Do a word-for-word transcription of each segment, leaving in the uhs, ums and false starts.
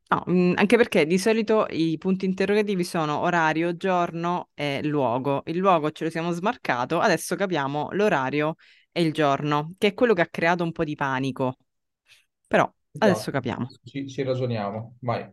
No, mm, anche perché di solito i punti interrogativi sono orario, giorno e luogo. Il luogo ce lo siamo smarcato, adesso capiamo l'orario e il giorno, che è quello che ha creato un po' di panico. Però adesso Esatto, capiamo. ci, ci ragioniamo. Vai.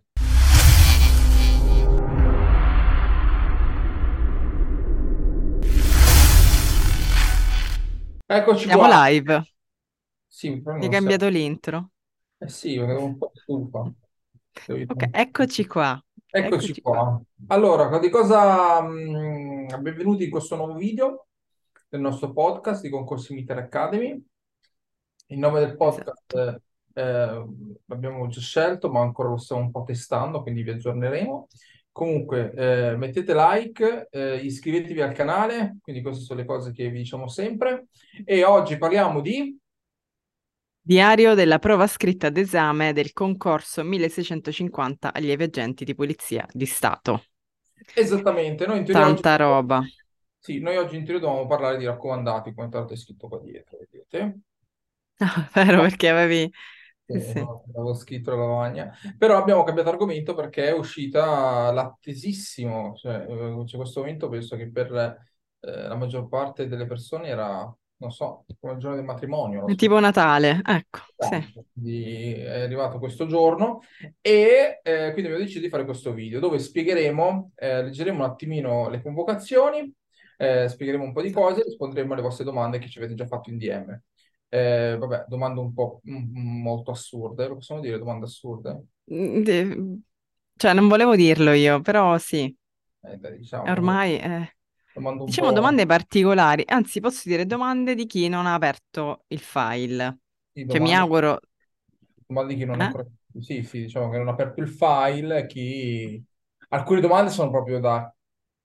Eccoci Siamo qua. live. Sì, però Mi hai non siamo. cambiato l'intro. Eh sì, perché sono un po' stufa. Ok, eccoci qua. Eccoci Eccoci qua. qua. Allora, di cosa... mh, benvenuti in questo nuovo video del nostro podcast di Concorsi Meter Academy. Il nome del podcast Esatto. eh, eh, l'abbiamo già scelto, ma ancora lo stiamo un po' testando, quindi vi aggiorneremo. Comunque, eh, mettete like, eh, iscrivetevi al canale, quindi queste sono le cose che vi diciamo sempre. E oggi parliamo di... Diario della prova scritta d'esame del concorso milleseicentocinquanta allievi agenti di polizia di Stato. Esattamente, noi in teoria oggi... Tanta roba. Sì, noi oggi in teoria dovevamo parlare di raccomandati, come tra l'altro è scritto qua dietro, vedete? Vero, perché avevi... Sì, Sì, sì. no, avevo scritto la lavagna. Però abbiamo cambiato argomento perché è uscita l'attesissimo, cioè, eh, c'è questo momento penso che per eh, la maggior parte delle persone era, non so, come il giorno del matrimonio, non È so. tipo Natale, ecco, sì. Esatto. Quindi è arrivato questo giorno e eh, quindi abbiamo deciso di fare questo video dove spiegheremo, eh, leggeremo un attimino le convocazioni, eh, spiegheremo un po' di cose e Esatto. risponderemo alle vostre domande che ci avete già fatto in D M. Eh, vabbè, domande un po' mm, molto assurde, lo possiamo dire, domande assurde? Mm, de- Cioè, non volevo dirlo io, però sì, Eh, dai, diciamo, ormai... eh, domande un Diciamo po' domande particolari, anzi posso dire domande di chi non ha aperto il file. di Cioè, mi domande, auguro... domande di chi non è Eh? ancora... Sì, sì, diciamo che non ha aperto il file, chi... Alcune domande sono proprio da...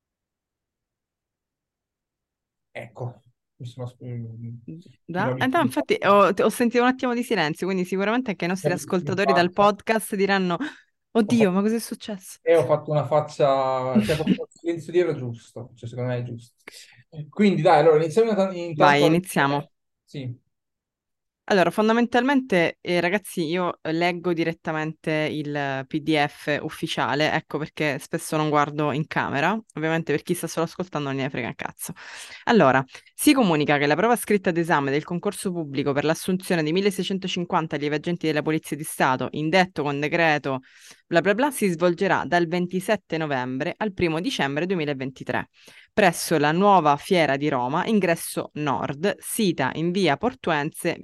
Ecco, mi sono... mm, i Da? nomi Eh, no, infatti ho, ho sentito un attimo di silenzio, quindi sicuramente anche i nostri in ascoltatori dal faccia. podcast diranno: Ho Oddio, fatto, ma cos'è successo? e ho fatto una faccia, cioè proprio il silenzio di era giusto, cioè secondo me è giusto. Quindi dai, allora iniziamo intant- Vai, intanto a iniziamo. leggere. Sì, Allora, fondamentalmente, eh, ragazzi, io leggo direttamente il P D F ufficiale, ecco perché spesso non guardo in camera, ovviamente per chi sta solo ascoltando non ne frega un cazzo. Allora, si comunica che la prova scritta d'esame del concorso pubblico per l'assunzione di milleseicentocinquanta allievi agenti della Polizia di Stato, indetto con decreto bla bla bla, si svolgerà dal ventisette novembre al primo dicembre duemilaventitré presso la nuova Fiera di Roma, ingresso nord, sita in via Portuense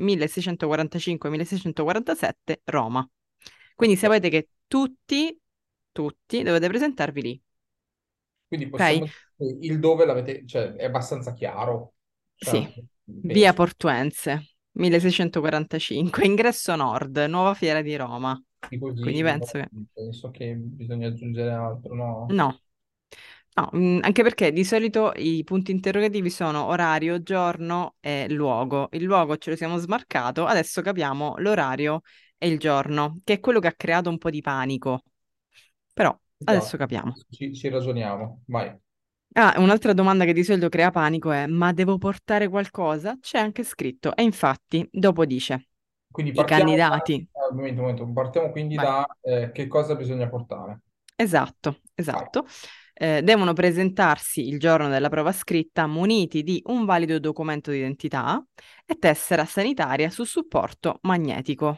milleseicentoquarantacinque-milleseicentoquarantasette, Roma. Quindi ok. sapete che tutti, tutti dovete presentarvi lì, Quindi ok? possiamo dire il dove l'avete, cioè è abbastanza chiaro, Sì, cioè, via penso. Portuense, milleseicentoquarantacinque, ingresso nord, nuova Fiera di Roma. Di Quindi così, penso no, che... penso che bisogna aggiungere altro, no? No. No, mm, anche perché di solito i punti interrogativi sono orario, giorno e luogo. Il luogo ce lo siamo smarcato, adesso capiamo l'orario e il giorno, che è quello che ha creato un po' di panico. Però adesso Esatto, capiamo. ci, ci ragioniamo, vai. Ah, un'altra domanda che di solito crea panico è: ma devo portare qualcosa? C'è anche scritto. E infatti, dopo dice, Quindi i partiamo da, candidati. ah, un momento, un momento, partiamo quindi Vai. da eh, che cosa bisogna portare. Esatto, Vai. esatto. Eh, devono presentarsi il giorno della prova scritta muniti di un valido documento di identità e tessera sanitaria su supporto magnetico.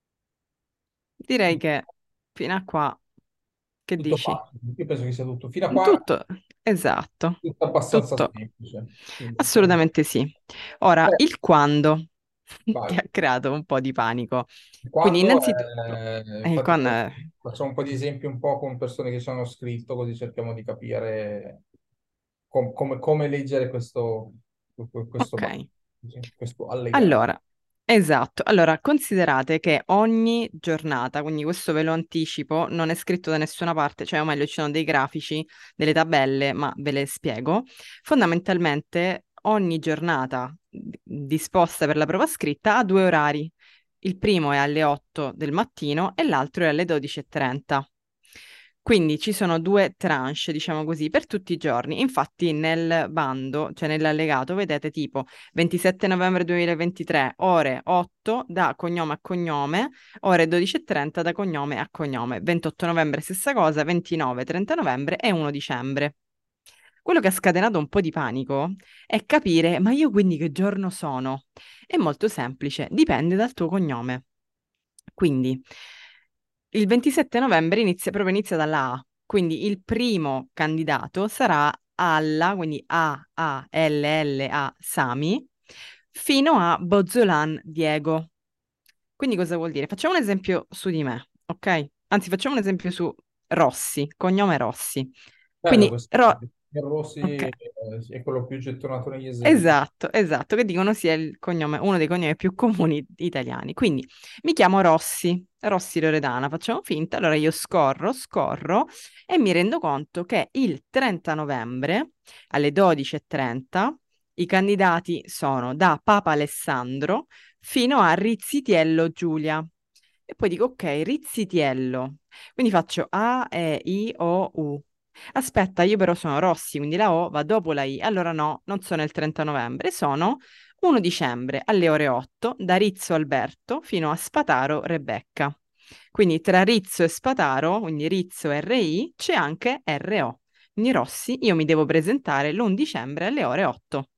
Direi che fino a qua, che Tutto dici? facile. Io penso che sia tutto. Fino a qua Tutto, esatto, tutto abbastanza tutto, semplice. Quindi, diciamo, assolutamente sì. Ora, eh, il quando, che vai. ha creato un po' di panico. Quindi, Quando, innanzitutto, eh, eh, il infatti, quando, eh, facciamo un po' di esempi un po' con persone che ci hanno scritto, così cerchiamo di capire com- come, come leggere questo, questo, ba- ok. questo allegato. Allora, esatto. Allora, considerate che ogni giornata, quindi questo ve lo anticipo, non è scritto da nessuna parte, cioè o meglio ci sono dei grafici, delle tabelle, ma ve le spiego. Fondamentalmente ogni giornata d- disposta per la prova scritta ha due orari. Il primo è alle otto del mattino e l'altro è alle dodici e trenta. Quindi ci sono due tranche, diciamo così, per tutti i giorni. Infatti nel bando, cioè nell'allegato, vedete tipo ventisette novembre duemilaventitré, ore otto da cognome a cognome, ore dodici e trenta da cognome a cognome. ventotto novembre stessa cosa, ventinove, trenta novembre e primo dicembre. Quello che ha scatenato un po' di panico è capire, ma io quindi che giorno sono? È molto semplice, dipende dal tuo cognome. Quindi il ventisette novembre inizia, proprio inizia dalla A, quindi il primo candidato sarà Alla, quindi A, A, L, L, A, Sami, fino a Bozzolan Diego. Quindi cosa vuol dire? Facciamo un esempio su di me, ok? Anzi, facciamo un esempio su Rossi, cognome Rossi. Bello Quindi, questo. Ro- Il Rossi ok. eh, è quello più gettonato negli esempi. Esatto, esatto, che dicono sia il cognome, uno dei cognomi più comuni italiani. Quindi mi chiamo Rossi, Rossi Loredana, facciamo finta, allora io scorro, scorro e mi rendo conto che il trenta novembre alle dodici e trenta i candidati sono da Papa Alessandro fino a Rizzitiello Giulia. E poi dico, ok, Rizzitiello. Quindi faccio A, E, I, O, U. Aspetta, io però sono Rossi, quindi la O va dopo la I. Allora no, non sono il trenta novembre, sono primo dicembre alle ore otto da Rizzo Alberto fino a Spataro Rebecca. Quindi tra Rizzo e Spataro, quindi Rizzo R I, c'è anche R O. Quindi Rossi, io mi devo presentare l'primo dicembre alle ore otto.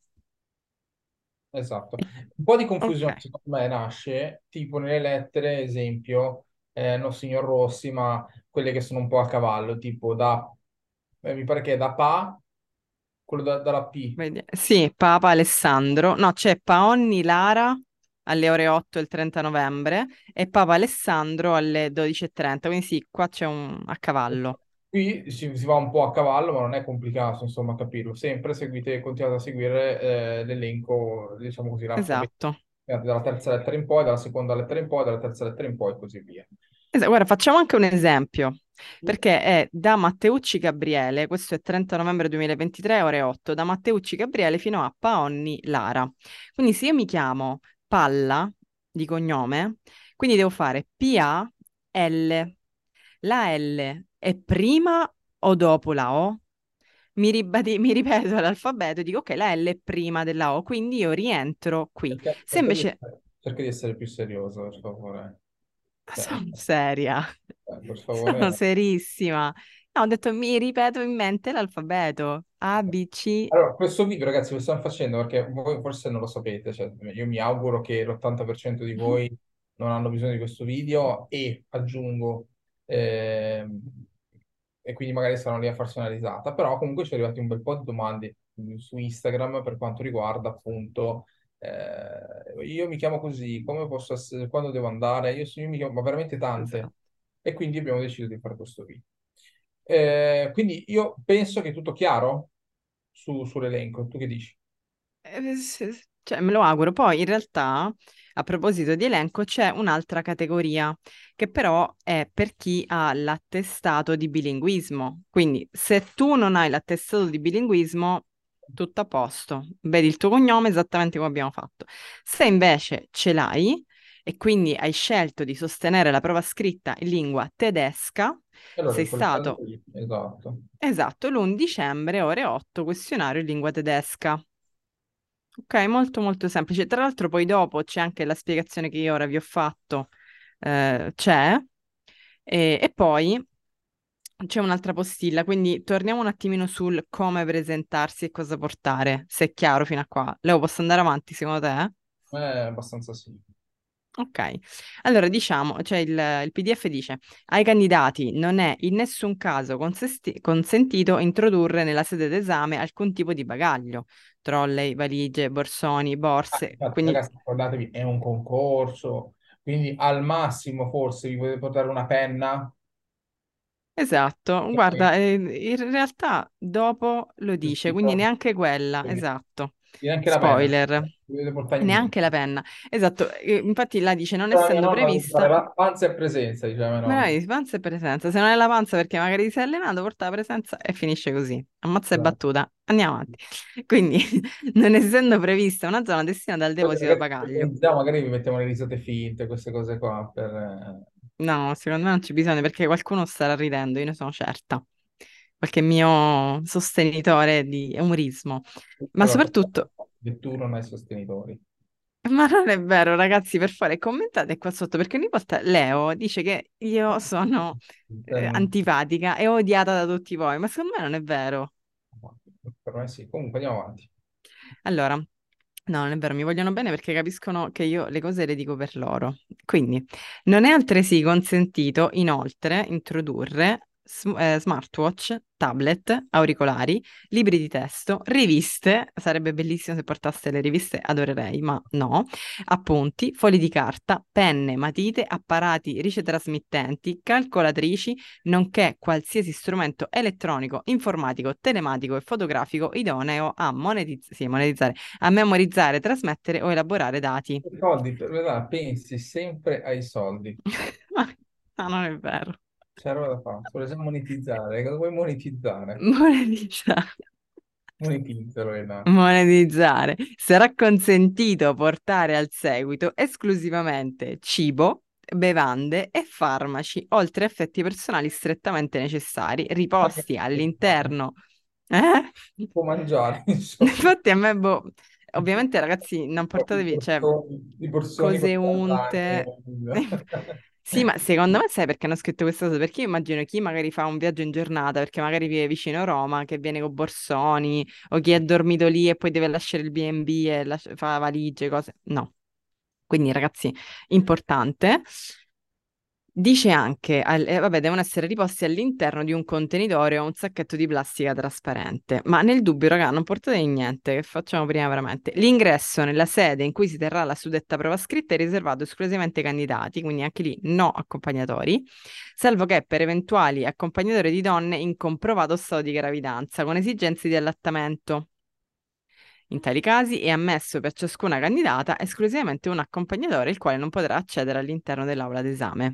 Esatto. Un po' di confusione, Ok, secondo me, nasce tipo nelle lettere, esempio, eh, non signor Rossi, ma quelle che sono un po' a cavallo, tipo da, eh, mi pare che è da Pa, quello da- dalla P. vedi- sì, Papa Alessandro. No, c'è Paonni Lara alle ore otto il trenta novembre e Papa Alessandro alle dodici e trenta. Quindi sì, qua c'è un a cavallo. Qui si, si va un po' a cavallo, ma non è complicato, insomma, capirlo. Sempre seguite, continuate a seguire eh, l'elenco, diciamo così, l'alfabeto, Esatto. dalla terza lettera in poi, dalla seconda lettera in poi, dalla terza lettera in poi e così via. Esa- Guarda, facciamo anche un esempio, perché è da Matteucci Gabriele, questo è trenta novembre duemilaventitré, ore otto, da Matteucci Gabriele fino a Paonni Lara. Quindi se io mi chiamo Palla, di cognome, quindi devo fare P A L. La L è prima o dopo la O? Mi, ribadi- mi ripeto l'alfabeto e dico ok, la L è prima della O, quindi io rientro qui. Cerca, Se cerca di invece essere, cerca di essere più serioso, per favore. Cioè, sono seria, eh, per sono favore. serissima. No, ho detto mi ripeto in mente l'alfabeto. A, B, C. Allora, questo video, ragazzi, lo stiamo facendo perché voi forse non lo sapete, cioè, io mi auguro che l'ottanta per cento di Mhm. voi non hanno bisogno di questo video e aggiungo, ehm, e quindi magari saranno lì a farsi una risata, però comunque ci è arrivati un bel po' di domande su Instagram per quanto riguarda appunto, eh, io mi chiamo così, come posso essere, quando devo andare, io, io mi chiamo, ma veramente tante, Esatto. e quindi abbiamo deciso di fare questo video. Eh, quindi io penso che è tutto chiaro su- sull'elenco. Tu che dici? Eh, s- Cioè, me lo auguro. Poi, in realtà, a proposito di elenco, c'è un'altra categoria che però è per chi ha l'attestato di bilinguismo. Quindi, se tu non hai l'attestato di bilinguismo, tutto a posto. Vedi il tuo cognome esattamente come abbiamo fatto. Se invece ce l'hai e quindi hai scelto di sostenere la prova scritta in lingua tedesca, E allora, sei in quel caso stato, lì, esatto. esatto, l'primo dicembre, ore otto, questionario in lingua tedesca. Ok, molto molto semplice. Tra l'altro poi dopo c'è anche la spiegazione che io ora vi ho fatto, eh, c'è, e, e poi c'è un'altra postilla, quindi torniamo un attimino sul come presentarsi e cosa portare, se è chiaro fino a qua. Leo, posso andare avanti secondo te? È abbastanza sì. Ok, allora diciamo, cioè il, il P D F dice, ai candidati non è in nessun caso consesti- consentito introdurre nella sede d'esame alcun tipo di bagaglio, trolley, valigie, borsoni, Ah, borse, infatti, quindi ragazzi, ricordatevi, è un concorso, quindi al massimo forse vi potete portare una penna. esatto, Ok? guarda, eh, in realtà dopo lo dice, quindi Giustito? neanche quella, Quindi esatto. neanche la penna, Spoiler, non dovete portare niente. neanche la penna. Esatto, eh, infatti là dice non La mia essendo nonna mi prevista, pareva panza e presenza, diceva mia nonna. bravi, panza e presenza. Se non è la panza perché magari ti sei allenato, porta la presenza e finisce così. Ammazza e Esatto. battuta. Andiamo avanti. Quindi, non essendo prevista una zona destinata al Poi, deposito del ragazzi, bagaglio. organizziamo, magari vi mettiamo le risate finte, queste cose qua, per, eh, No, secondo me non c'è bisogno perché qualcuno starà ridendo, io ne sono certa. Qualche mio sostenitore di umorismo. Ma Allora, soprattutto, che tu non hai sostenitori. ma non è vero, ragazzi, per favore, commentate qua sotto perché ogni volta Leo dice che io sono Te eh, non- antipatica e odiata da tutti voi, ma secondo me non è vero. Per me sì. Comunque andiamo avanti. Allora, no, non è vero, mi vogliono bene perché capiscono che io le cose le dico per loro. Quindi, non è altresì consentito, inoltre, introdurre sm- eh, smartwatch, tablet, auricolari, libri di testo, riviste, sarebbe bellissimo se portaste le riviste, adorerei, ma no, appunti, fogli di carta, penne, matite, apparati ricetrasmittenti, calcolatrici, nonché qualsiasi strumento elettronico, informatico, telematico e fotografico idoneo a monetiz- sì, monetizzare, a memorizzare, trasmettere o elaborare dati. I soldi, per verità, pensi sempre ai soldi. Ma no, non è vero. C'è roba da fare. Vuole monetizzare. Cosa vuoi monetizzare? Monetizzare. Monetizzalo, Elena. Monetizzare. Sarà consentito portare al seguito esclusivamente cibo, bevande e farmaci, oltre a effetti personali strettamente necessari, Ma che riposti può fare? all'interno. Eh? Può mangiare, insomma. Infatti a me, boh, ovviamente ragazzi, non I portatevi, cioè, borsoni, i borsoni con cose la unte. lasagna. Sì, ma secondo me sai perché hanno scritto questa cosa? Perché io immagino chi magari fa un viaggio in giornata, perché magari vive vicino a Roma, che viene con borsoni, o chi è dormito lì e poi deve lasciare il B and B e lascia- fa valigie, cose. No. Quindi ragazzi, importante. Dice anche, al- eh, vabbè, devono essere riposti all'interno di un contenitore o un sacchetto di plastica trasparente. Ma nel dubbio, raga, non portate niente, che facciamo prima veramente? L'ingresso nella sede in cui si terrà la suddetta prova scritta è riservato esclusivamente ai candidati, quindi anche lì no accompagnatori, salvo che per eventuali accompagnatori di donne in comprovato stato di gravidanza, con esigenze di allattamento. In tali casi è ammesso per ciascuna candidata esclusivamente un accompagnatore, il quale non potrà accedere all'interno dell'aula d'esame.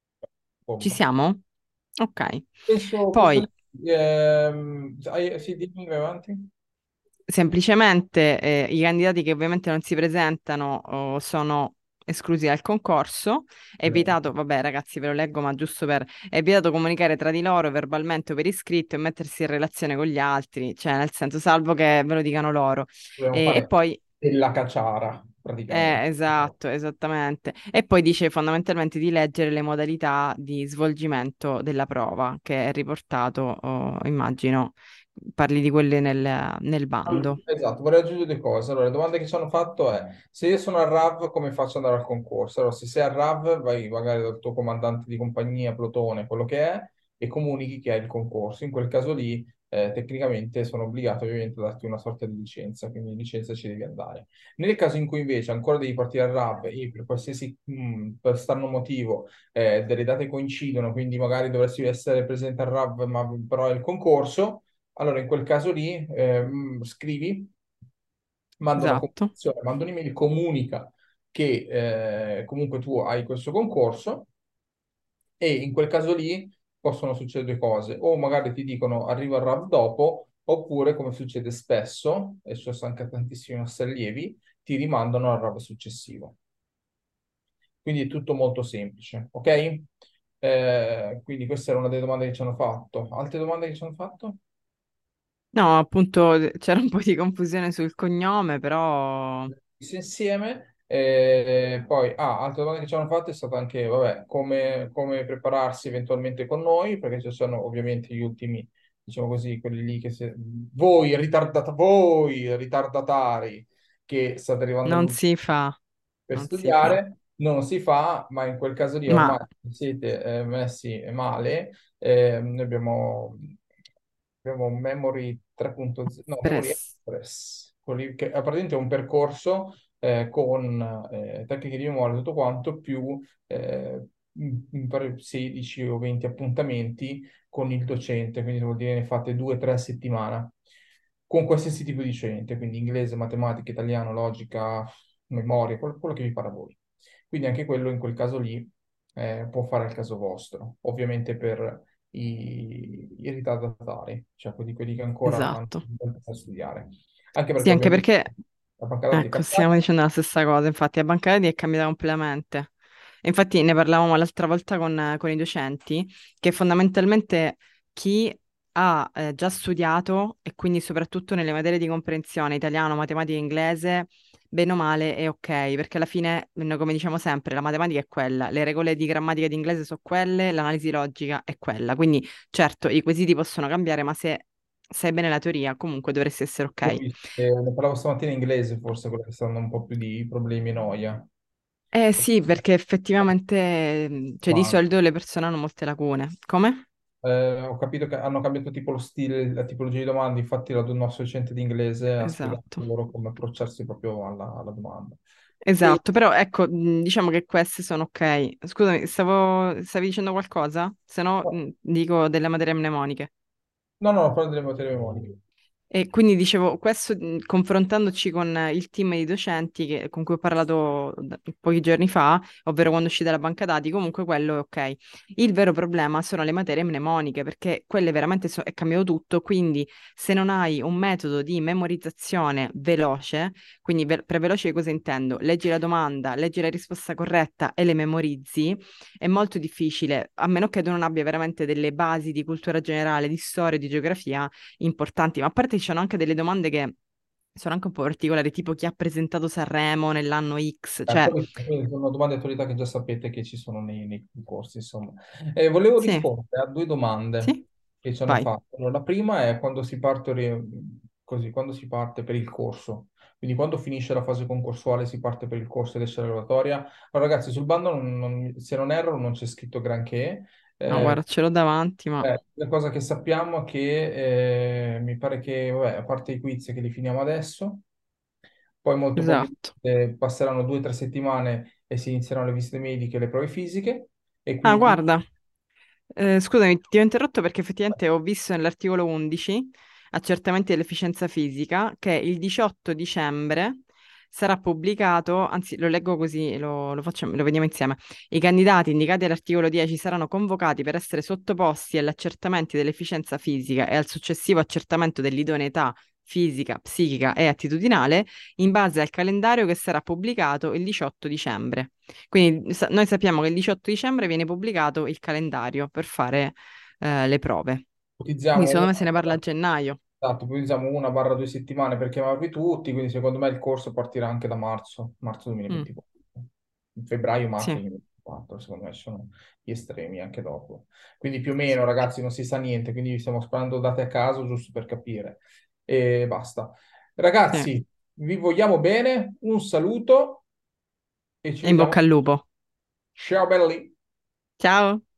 Ci Bomba. siamo? Ok. Penso, penso Poi, che... ehm, hai- sì, dimmi, vai avanti. semplicemente, eh, i candidati che ovviamente non si presentano oh, sono esclusi dal concorso. È vietato, vabbè, ragazzi, ve lo leggo, ma giusto per... È vietato comunicare tra di loro verbalmente o per iscritto e mettersi in relazione con gli altri, cioè nel senso, salvo che ve lo dicano loro. Dobbiamo E, e fare poi della caciara, Eh, praticamente. esatto, esattamente. E poi dice fondamentalmente di leggere le modalità di svolgimento della prova, che è riportato, oh, immagino, parli di quelle nel, nel Allora, bando. esatto, vorrei aggiungere due cose. Allora, le domande che ci hanno fatto è: se io sono al RAV, come faccio ad andare al concorso? Allora, se sei al RAV, vai magari dal tuo comandante di compagnia, plotone, quello che è, e comunichi che hai il concorso. In quel caso lì, eh, tecnicamente sono obbligato ovviamente a darti una sorta di licenza, quindi licenza ci devi andare. Nel caso in cui invece ancora devi partire al RAV e per qualsiasi, mh, per strano motivo, eh, delle date coincidono, quindi magari dovresti essere presente al RAV, ma però è il concorso. Allora, in quel caso lì, ehm, scrivi, manda una Esatto. comunicazione, manda un'email, comunica che eh, comunque tu hai questo concorso e in quel caso lì possono succedere due cose. O magari ti dicono arriva il RAV dopo, oppure, come succede spesso, e successo anche a tantissimi nostri allievi, ti rimandano al RAV successivo. Quindi è tutto molto semplice, ok? Eh, quindi questa era una delle domande che ci hanno fatto. Altre domande che ci hanno fatto? No, appunto c'era un po' di confusione sul cognome, però Messo insieme. E poi, ah, altra domanda che ci hanno fatto è stata anche, vabbè, come, come prepararsi eventualmente con noi, perché ci sono ovviamente gli ultimi, diciamo così, quelli lì che se, voi, ritardata, voi ritardatari che state arrivando non all'ultimo si fa, per non si fa. studiare, non si fa, ma in quel caso lì Ma ormai siete eh, messi male. Eh, noi abbiamo, abbiamo un Memory tre punto zero, no, Memory pres- Express, quelli che è praticamente un percorso eh, con eh, tecniche di memoria, tutto quanto, più eh, mi mi pare sedici o venti appuntamenti con il docente, quindi vuol dire ne fate due o tre a settimana con qualsiasi tipo di docente, quindi inglese, matematica, italiano, logica, memoria, quello, quello che vi pare a voi. Quindi anche quello in quel caso lì eh, può fare al caso vostro, ovviamente per i, i ritardatari, cioè quelli, quelli che ancora hanno esatto. tempo da studiare. Anche Sì, perché anche ovviamente perché, la banca dati è ecco, stiamo cambiata. dicendo la stessa cosa, infatti a Banca Dati è cambiata completamente. Infatti ne parlavamo l'altra volta con, con i docenti, che fondamentalmente chi ha eh, già studiato e quindi soprattutto nelle materie di comprensione, italiano, matematica e inglese, bene o male è ok, perché alla fine, noi come diciamo sempre, la matematica è quella, le regole di grammatica di inglese sono quelle, l'analisi logica è quella. Quindi certo, i quesiti possono cambiare, ma se sai bene la teoria, comunque dovresti essere Ho ok. visto, eh, ne parlavo stamattina in inglese, forse quello che sta dando un po' più di problemi e noia. Eh sì, perché effettivamente, mh, cioè di Ma, solito le persone hanno molte lacune. Come? eh, ho capito che hanno cambiato tipo lo stile, la tipologia di domande, infatti la- il nostro docente di inglese ha spiegato Esatto, loro come approcciarsi proprio alla, alla domanda. E esatto, però ecco, mh, diciamo che queste sono ok. Scusami, stavo, stavi dicendo qualcosa? Se no, no, mh, dico delle materie mnemoniche. no, no, parlo delle materie memoriche. E quindi dicevo, questo mh, confrontandoci con eh, il team di docenti che- con cui ho parlato da- pochi giorni fa, ovvero quando uscì dalla banca dati, comunque quello è ok. Il vero problema sono le materie mnemoniche, perché quelle veramente so- è cambiato tutto, quindi se non hai un metodo di memorizzazione veloce, quindi ve- per veloce cosa intendo? Leggi la domanda, leggi la risposta corretta e le memorizzi, è molto difficile, a meno che tu non abbia veramente delle basi di cultura generale, di storia, di geografia importanti, ma a parte ci sono anche delle domande che sono anche un po' particolari, tipo chi ha presentato Sanremo nell'anno X, Eh, cioè, quelli- quelli sono domande di attualità che già sapete che ci sono nei, nei concorsi, insomma. Eh, volevo sì, rispondere a due domande sì, che ci hanno vai, fatto. Allora, la prima è quando si parte, ori- così, quando si parte per il corso. Quindi quando finisce la fase concorsuale si parte per il corso ed esce la graduatoria. Allora, ragazzi, sul bando, non- non- se non erro, non c'è scritto granché. no, Eh, guarda, ce l'ho davanti, ma eh, la cosa che sappiamo è che eh, mi pare che, vabbè, a parte i quiz che li finiamo adesso, poi molto esatto. probabilmente passeranno due o tre settimane e si inizieranno le visite mediche e le prove fisiche e Ah, quindi guarda, eh, scusami, ti ho interrotto perché effettivamente ho visto nell'articolo undici, accertamenti dell'efficienza fisica, che il diciotto dicembre sarà pubblicato, anzi lo leggo così, lo, lo facciamo- lo vediamo insieme. I candidati indicati all'articolo dieci saranno convocati per essere sottoposti agli accertamenti dell'efficienza fisica e al successivo accertamento dell'idoneità fisica, psichica e attitudinale in base al calendario che sarà pubblicato il diciotto dicembre. Quindi sa- noi sappiamo che il diciotto dicembre viene pubblicato il calendario per fare eh, le prove. Quindi ipotizziamo secondo me se ne parla a una, gennaio. esatto, ipotizziamo una barra due settimane per chiamarvi tutti, quindi secondo me il corso partirà anche da marzo, marzo Mm, duemilaventiquattro. In febbraio, marzo sì, duemilaventiquattro, secondo me ci sono gli estremi anche dopo. Quindi più o meno, ragazzi, non si sa niente, quindi stiamo sparando date a caso giusto per capire. E basta. sì. Ragazzi, vi vogliamo bene, un saluto e ci E in bocca vediamo. al lupo. Ciao belli! Ciao!